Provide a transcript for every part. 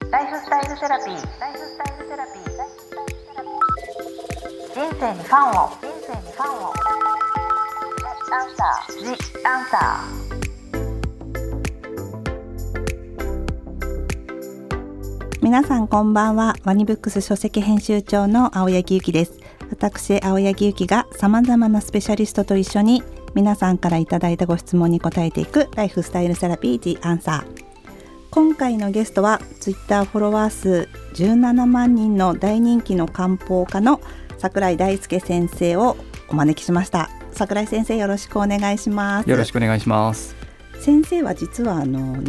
ライフスタイルセラピー。人生にファンを。The Answer。 皆さんこんばんは。ワニブックス書籍編集長の青柳ゆきです。私青柳ゆきが様々なスペシャリストと一緒に皆さんからいただいたご質問に答えていくライフスタイルセラピー The Answer。 今回のゲストはツイッターフォロワー数17万人の大人気の漢方家の櫻井大輔先生をお招きしました。櫻井先生、よろしくお願いします。 よろしくお願いします。 先生は実は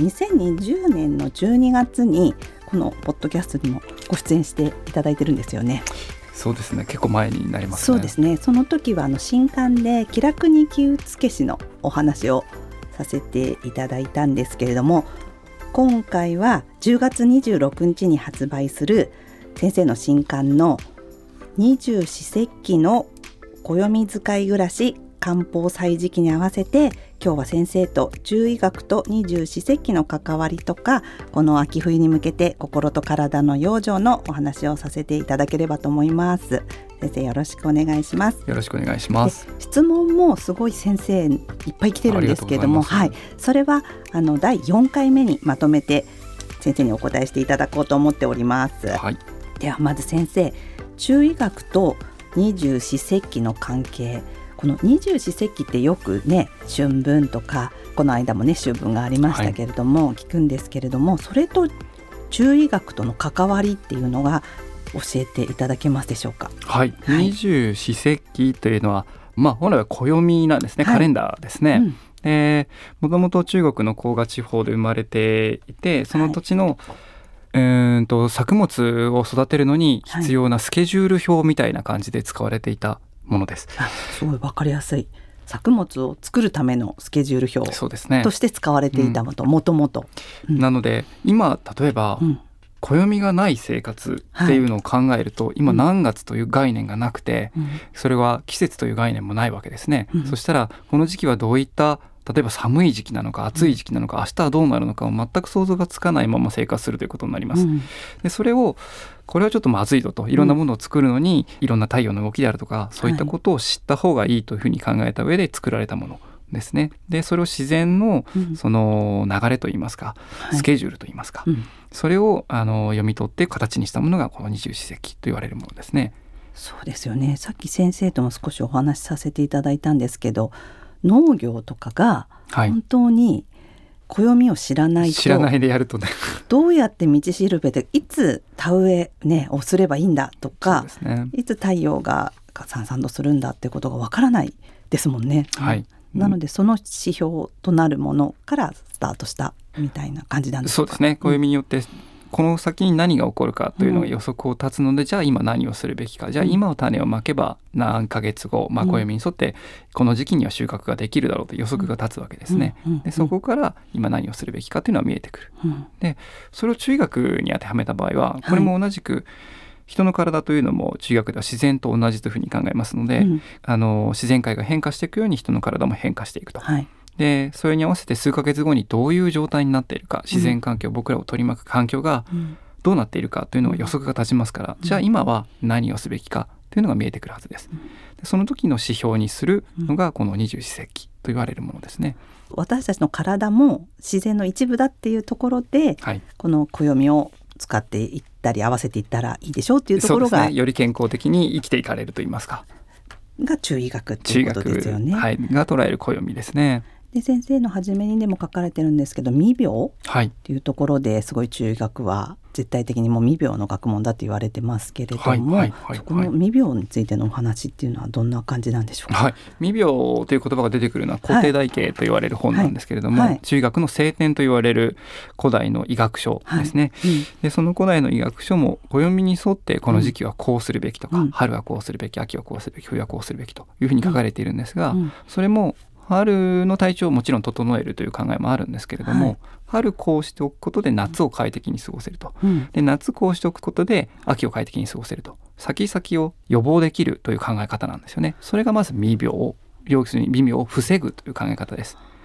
2020年の12月にこのポッドキャストにもご出演していただいてるんですよね。 そうですね、結構前になりますね。 そうですね。その時は新刊で気楽に気うつけしのお話をさせていただいたんですけれども、今回は10月26日に発売する先生の新刊の二十四節気の暦使い暮らし漢方歳時期に合わせて、今日は先生と中医学と二十四節気の関わりとか、この秋冬に向けて心と体の養生のお話をさせていただければと思います。先生、よろしくお願いします。 よろしくお願いします。 質問もすごい先生いっぱい来てるんですけれども、はい、それは第4回目にまとめて先生にお答えしていただこうと思っております。 はい、 ではまず先生、中医学と二十四節気の関係、この二十四節気ってよくね、春分とかこの間もね秋分がありましたけれども、聞くんですけれども、それと中医学との関わりっていうのが教えていただけますでしょうか。 はい、二十四節気というのは、本来は暦なんですね、カレンダーですね。もともと中国の黄河地方で生まれていて、その土地の、作物を育てるのに必要なスケジュール表みたいな感じで使われていたものです。 すごい分かりやすい。作物を作るためのスケジュール表として使われていたもともと。 なので今例えば、暦がない生活っていうのを考えると、今何月という概念がなくて、それは季節という概念もないわけですね。そしたらこの時期はどういった、例えば寒い時期なのか暑い時期なのか、明日はどうなるのかを全く想像がつかないまま生活するということになります。でそれをこれはちょっとまずいぞと、いろんなものを作るのに、いろんな太陽の動きであるとか、そういったことを知った方がいいというふうに考えた上で作られたものですね。でそれを自然のその流れといいますか、スケジュールといいますか、それを読み取って形にしたものがこの二十四節気と言われるものですね。 そうですよね。さっき先生とも少しお話しさせていただいたんですけど、農業とかが本当に暦を知らないでやるとねどうやって道しるべでいつ田植え、をすればいいんだとか、いつ太陽がさんさんとするんだってことがわからないですもんね。なのでその指標となるものからスタートしたみたいな感じなんですか。 そうですね。暦によってこの先に何が起こるかというのが予測を立つので、じゃあ今何をするべきか、じゃあ今種をまけば何ヶ月後、暦に沿ってこの時期には収穫ができるだろうと予測が立つわけですね。でそこから今何をするべきかというのは見えてくる。でそれを中医学に当てはめた場合は、これも同じく人の体というのも中医学では自然と同じというふうに考えますので、自然界が変化していくように人の体も変化していくと。でそれに合わせて数ヶ月後にどういう状態になっているか、自然環境、僕らを取り巻く環境がどうなっているかというのが予測が立ちますから、じゃあ今は何をすべきかというのが見えてくるはずです。でその時の指標にするのがこの二十四節気と言われるものですね。 私たちの体も自然の一部だっていうところで、この暦を使っていったり合わせていったらいいでしょうっていうところが、 そうですね、より健康的に生きていかれるといいますか、 が中医学っていうことですよね。 が捉える暦ですね。 で先生の初めにでも書かれてるんですけど、未病っていうところですごい中医学は絶対的にもう未病の学問だと言われてますけれども、そこの未病についてのお話っていうのはどんな感じなんでしょうか。 未病という言葉が出てくるのは皇帝大経と言われる本なんですけれども、中医学の聖典と言われる古代の医学書ですね。でその古代の医学書も暦に沿ってこの時期はこうするべきとか、春はこうするべき、秋はこうするべき、冬はこうするべきというふうに書かれているんですが、それも春の体調をもちろん整えるという考えもあるんですけれども、春こうしておくことで夏を快適に過ごせると、で夏こうしておくことで秋を快適に過ごせると、先々を予防できるという考え方なんですよね。それがまず未病を防ぐという考え方です。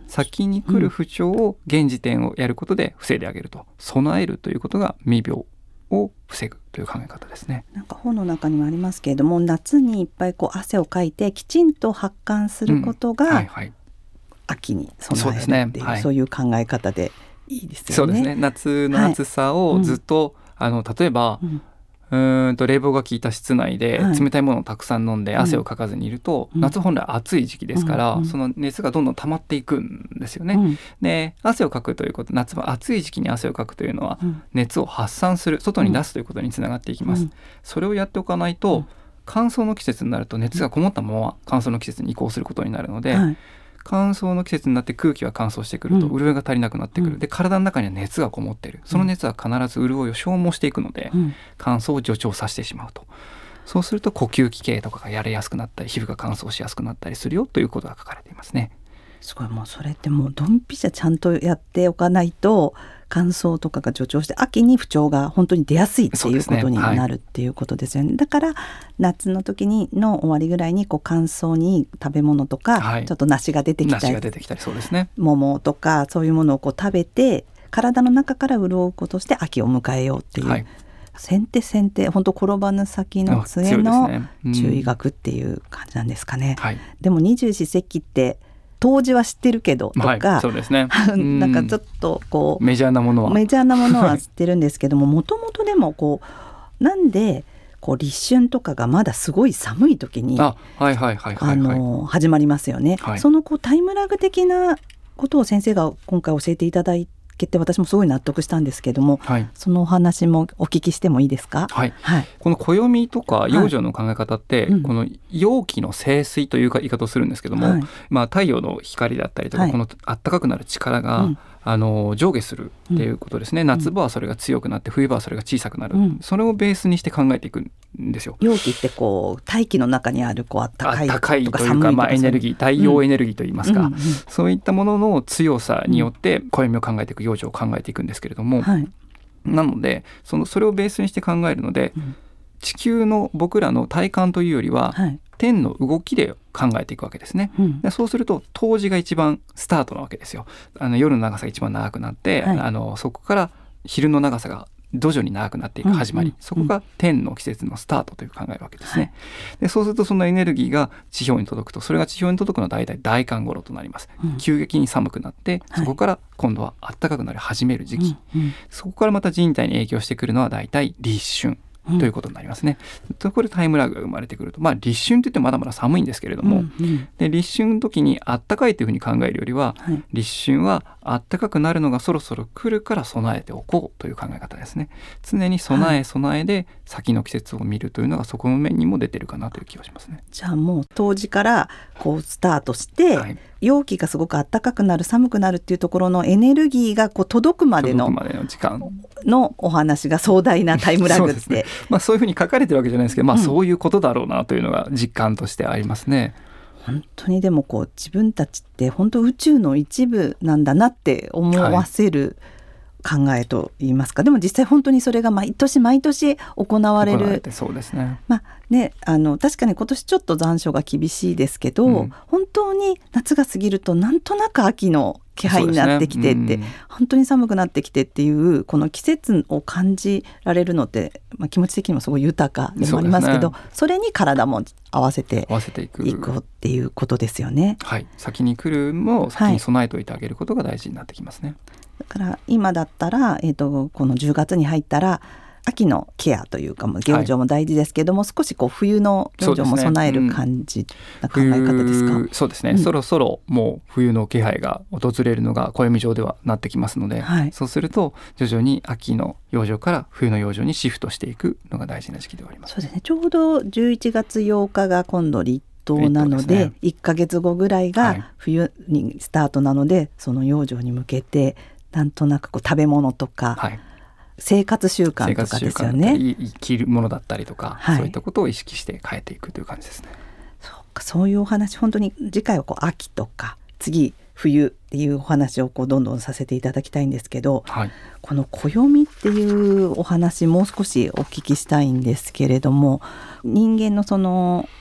先に来る不調を現時点をやることで防いであげると、備えるということが未病を防ぐという考え方ですね。 なんか本の中にもありますけれども、夏にいっぱい汗をかいてきちんと発汗することが、秋に備えるっていう、そういう考え方でいいですよね。 そうですね。夏の暑さをずっと、例えば、冷房が効いた室内で冷たいものをたくさん飲んで汗をかかずにいると、夏本来暑い時期ですから、その熱がどんどん溜まっていくんですよね。で、汗をかくということ、夏は暑い時期に汗をかくというのは、熱を発散する、外に出すということにつながっていきます。それをやっておかないと、乾燥の季節になると熱がこもったまま乾燥の季節に移行することになるので、乾燥の季節になって空気が乾燥してくると潤いが足りなくなってくる。で、体の中には熱がこもっている。その熱は必ず潤いを消耗していくので、乾燥を助長させてしまうと。そうすると呼吸器系とかがやれやすくなったり、皮膚が乾燥しやすくなったりするよということが書かれていますね。 すごい、もうそれってもうドンピシャちゃんとやっておかないと、乾燥とかが助長して秋に不調が本当に出やすいっていうことになるっていうことですよね。だから夏の時の終わりぐらいに乾燥に食べ物とか、ちょっと梨が出てきたり、 そうですね、 桃とかそういうものを食べて体の中から潤うことして秋を迎えようっていう、先手本当転ばぬ先の杖の注意書くっていう感じなんですかね。でも二十四節気って当時は知ってるけどとか、 そうですね、 なんかちょっとメジャーなものは知ってるんですけども、もともとでもなんで立春とかがまだすごい寒い時に始まりますよね。そのタイムラグ的なことを先生が今回教えていただいて、私もすごい納得したんですけども、そのお話もお聞きしてもいいですか？ この暦とか養生の考え方って、この陽気の盛衰という言い方をするんですけども、太陽の光だったりとか、この暖かくなる力が、上下するっていうことですね。夏場はそれが強くなって冬場はそれが小さくなる、それをベースにして考えていくんですよ。 陽気って大気の中にある暖かいとか寒いとか、 エネルギー、太陽エネルギーといいますか、そういったものの強さによって暦を考えていく、養生を考えていくんですけれども、なのでそれをベースにして考えるので、地球の僕らの体感というよりは、天の動きで考えていくわけですね。でそうすると冬至が一番スタートなわけですよ。夜の長さが一番長くなって、そこから昼の長さが徐々に長くなっていく始まり、そこが天の季節のスタートという考えるわけですね。でそうするとそのエネルギーが地表に届くと、それが地表に届くのは大体大寒頃となります。急激に寒くなって、そこから今度は暖かくなり始める時期、そこからまた人体に影響してくるのは大体立春ということになりますね。そこでタイムラグが生まれてくると、立春といってもまだまだ寒いんですけれども、で立春の時にあったかいというふうに考えるよりは、立春はあったかくなるのがそろそろ来るから備えておこうという考え方ですね。常に備えで先の季節を見るというのがそこの面にも出てるかなという気がしますね。 じゃあもう冬至からスタートして、陽気がすごく暖かくなる寒くなるっていうところのエネルギーが届くまでの時間のお話が壮大なタイムラグってそういうふうに書かれてるわけじゃないですけど、そういうことだろうなというのが実感としてありますね。 本当にでも自分たちって本当宇宙の一部なんだなって思わせる考えといいますか、でも実際本当にそれが毎年行われる。 そうですね。 確かに今年ちょっと残暑が厳しいですけど、本当に夏が過ぎるとなんとなく秋の気配になってきてって、本当に寒くなってきてっていうこの季節を感じられるのって、気持ち的にもすごい豊かでもありますけど、それに体も合わせていくっていうことですよね。 先に来るも先に備えておいてあげることが大事になってきますね。 だから今だったら、この10月に入ったら秋のケアというか養生も大事ですけども、少し冬の養生も備える感じな考え方ですか？ そうですね、そろそろもう冬の気配が訪れるのが暦上ではなってきますので、そうすると徐々に秋の養生から冬の養生にシフトしていくのが大事な時期ではあります。 そうですね、ちょうど11月8日が今度立冬なので、1ヶ月後ぐらいが冬にスタートなので、その養生に向けてなんとなく食べ物とか、生活習慣とかですよね。 生きるものだったりとか、そういったことを意識して変えていくという感じですね。 そういうお話、本当に次回は秋とか次冬っていうお話をどんどんさせていただきたいんですけど、この暦っていうお話もう少しお聞きしたいんですけれども、人間のその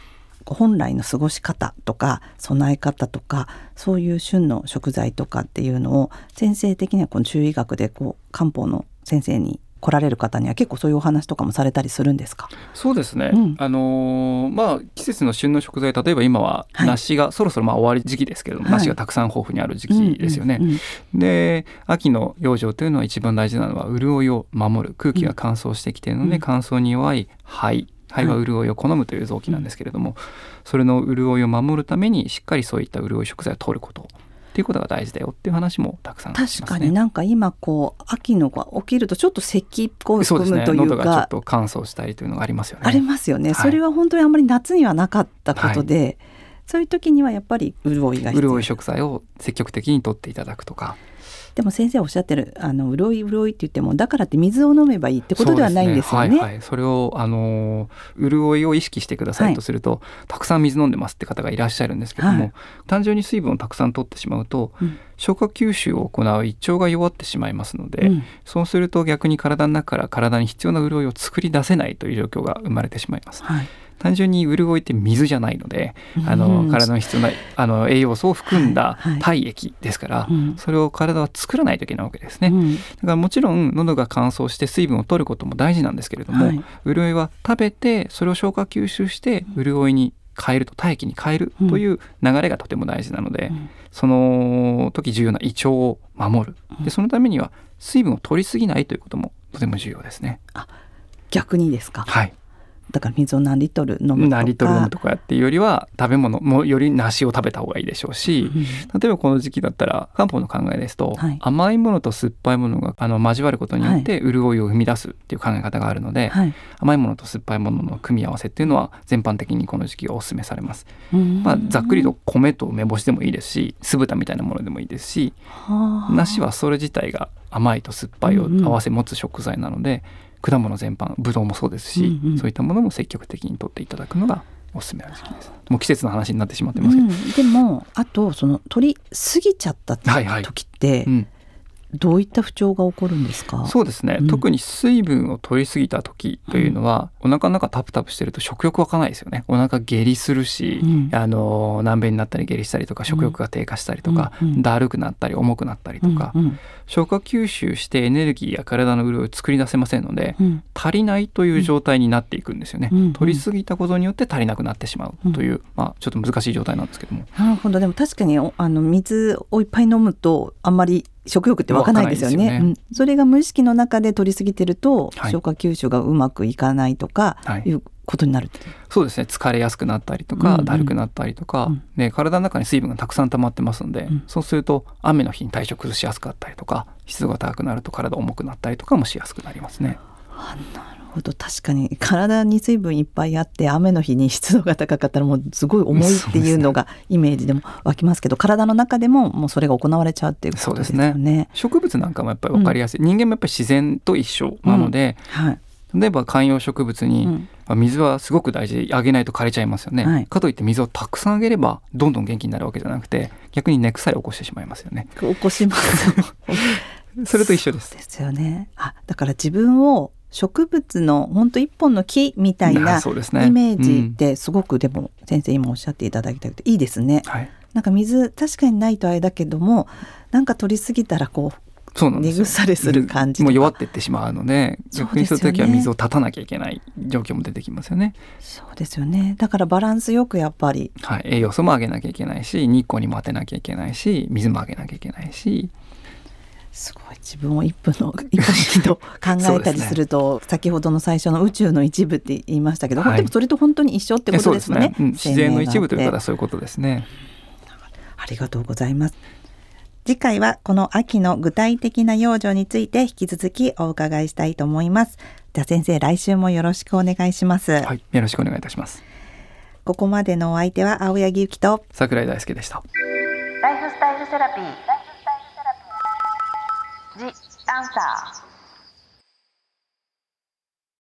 本来の過ごし方とか備え方とかそういう旬の食材とかっていうのを先生的にはこの中医学で漢方の先生に来られる方には結構そういうお話とかもされたりするんですか？ そうですね、季節の旬の食材、例えば今は梨がそろそろ終わり時期ですけれども、梨がたくさん豊富にある時期ですよね、で秋の養生というのは一番大事なのは潤いを守る。空気が乾燥してきているので、乾燥に弱い肺は潤いを好むという臓器なんですけれども、それの潤いを守るためにしっかりそういった潤い食材を取ることっていうことが大事だよっていう話もたくさんありますね。 確かになんか今秋のが起きるとちょっと咳っぽいそうですね、 というか喉がちょっと乾燥したりというのがありますよね。 ありますよね、それは本当にあんまり夏にはなかったことで、そういう時にはやっぱり潤いが必要。 潤い食材を積極的に取っていただくとか。 でも先生おっしゃってる潤いって言ってもだからって水を飲めばいいってことではないんですよね。 それを潤いを意識してくださいとすると、たくさん水飲んでますって方がいらっしゃるんですけども、単純に水分をたくさん取ってしまうと、消化吸収を行う胃腸が弱ってしまいますので、そうすると逆に体の中から体に必要な潤いを作り出せないという状況が生まれてしまいます。単純に潤いって水じゃないので、体の必要な栄養素を含んだ体液ですから、それを体は作らないといけないわけですね。だからもちろん喉が乾燥して水分を取ることも大事なんですけれども、潤いは食べてそれを消化吸収して潤いに変えると、体液に変えるという流れがとても大事なので、その時重要な胃腸を守る。でそのためには水分を取りすぎないということもとても重要ですね。 逆にですか？ はい。 だから水を何リットル飲むとかっていうよりは食べ物もより梨を食べた方がいいでしょうし、例えばこの時期だったら漢方の考えですと、甘いものと酸っぱいものが交わることによって潤いを生み出すっていう考え方があるので、甘いものと酸っぱいものの組み合わせっていうのは全般的にこの時期がお勧めされます。ざっくりと米と梅干しでもいいですし、酢豚みたいなものでもいいですし、梨はそれ自体が甘いと酸っぱいを合わせ持つ食材なので、果物全般、ぶどうもそうですし、そういったものも積極的に取っていただくのがおすすめの時期です。もう季節の話になってしまってますけど、 でもあと取りすぎちゃった時って、どういった不調が起こるんですか？そうですね、 特に水分を取りすぎた時というのは、お腹の中タプタプしてると食欲湧かないですよね。お腹下痢するし、軟便になったり下痢したりとか、食欲が低下したりとか、だるくなったり重くなったりとか、消化吸収してエネルギーや体の潤いを作り出せませんので、足りないという状態になっていくんですよね。取りすぎたことによって足りなくなってしまうという、ちょっと難しい状態なんですけども。 なるほど。でも確かに水をいっぱい飲むとあんまり食欲って湧かないですよね。それが無意識の中で取りすぎてると、消化吸収がうまくいかないとかいうことになる。 そうですね、疲れやすくなったりとか、だるくなったりとか、体の中に水分がたくさん溜まってますので、そうすると雨の日に体調崩しやすかったりとか、湿度が高くなると体重くなったりとかもしやすくなりますね。 なるほど。確かに体に水分いっぱいあって雨の日に湿度が高かったらもうすごい重いっていうのがイメージでも湧きますけど、体の中でももうそれが行われちゃうっていうことですよね。 そうですね。植物なんかもやっぱり分かりやすい、人間もやっぱり自然と一緒なので、例えば観葉植物に、水はすごく大事で、あげないと枯れちゃいますよね。かといって水をたくさんあげればどんどん元気になるわけじゃなくて、逆に根腐れを起こしてしまいますよね。 起こしますそれと一緒です。 ですよね。だから自分を植物の本当一本の木みたいなイメージってすごく、でも先生今おっしゃっていただいたけどいいですね。なんか水確かにないとあれだけども、なんか取りすぎたら根腐れする感じとか、 もう弱っていってしまうので、逆にそういう時は水を断たなきゃいけない状況も出てきますよね。 そうですよね。だからバランスよくやっぱり、 栄養素も上げなきゃいけないし、日光にも当てなきゃいけないし、水も上げなきゃいけないし、 すごい自分を一分の木と考えたりすると先ほどの最初の宇宙の一部って言いましたけど、でもそれと本当に一緒ってことですよね。 自然の一部ということはそういうことですね。 ありがとうございます。次回はこの秋の具体的な養生について引き続きお伺いしたいと思います。じゃあ先生、来週もよろしくお願いします。 よろしくお願いいたします。 ここまでのお相手は青柳ゆきと櫻井大輔でした。 ライフスタイルセラピー、The Answer。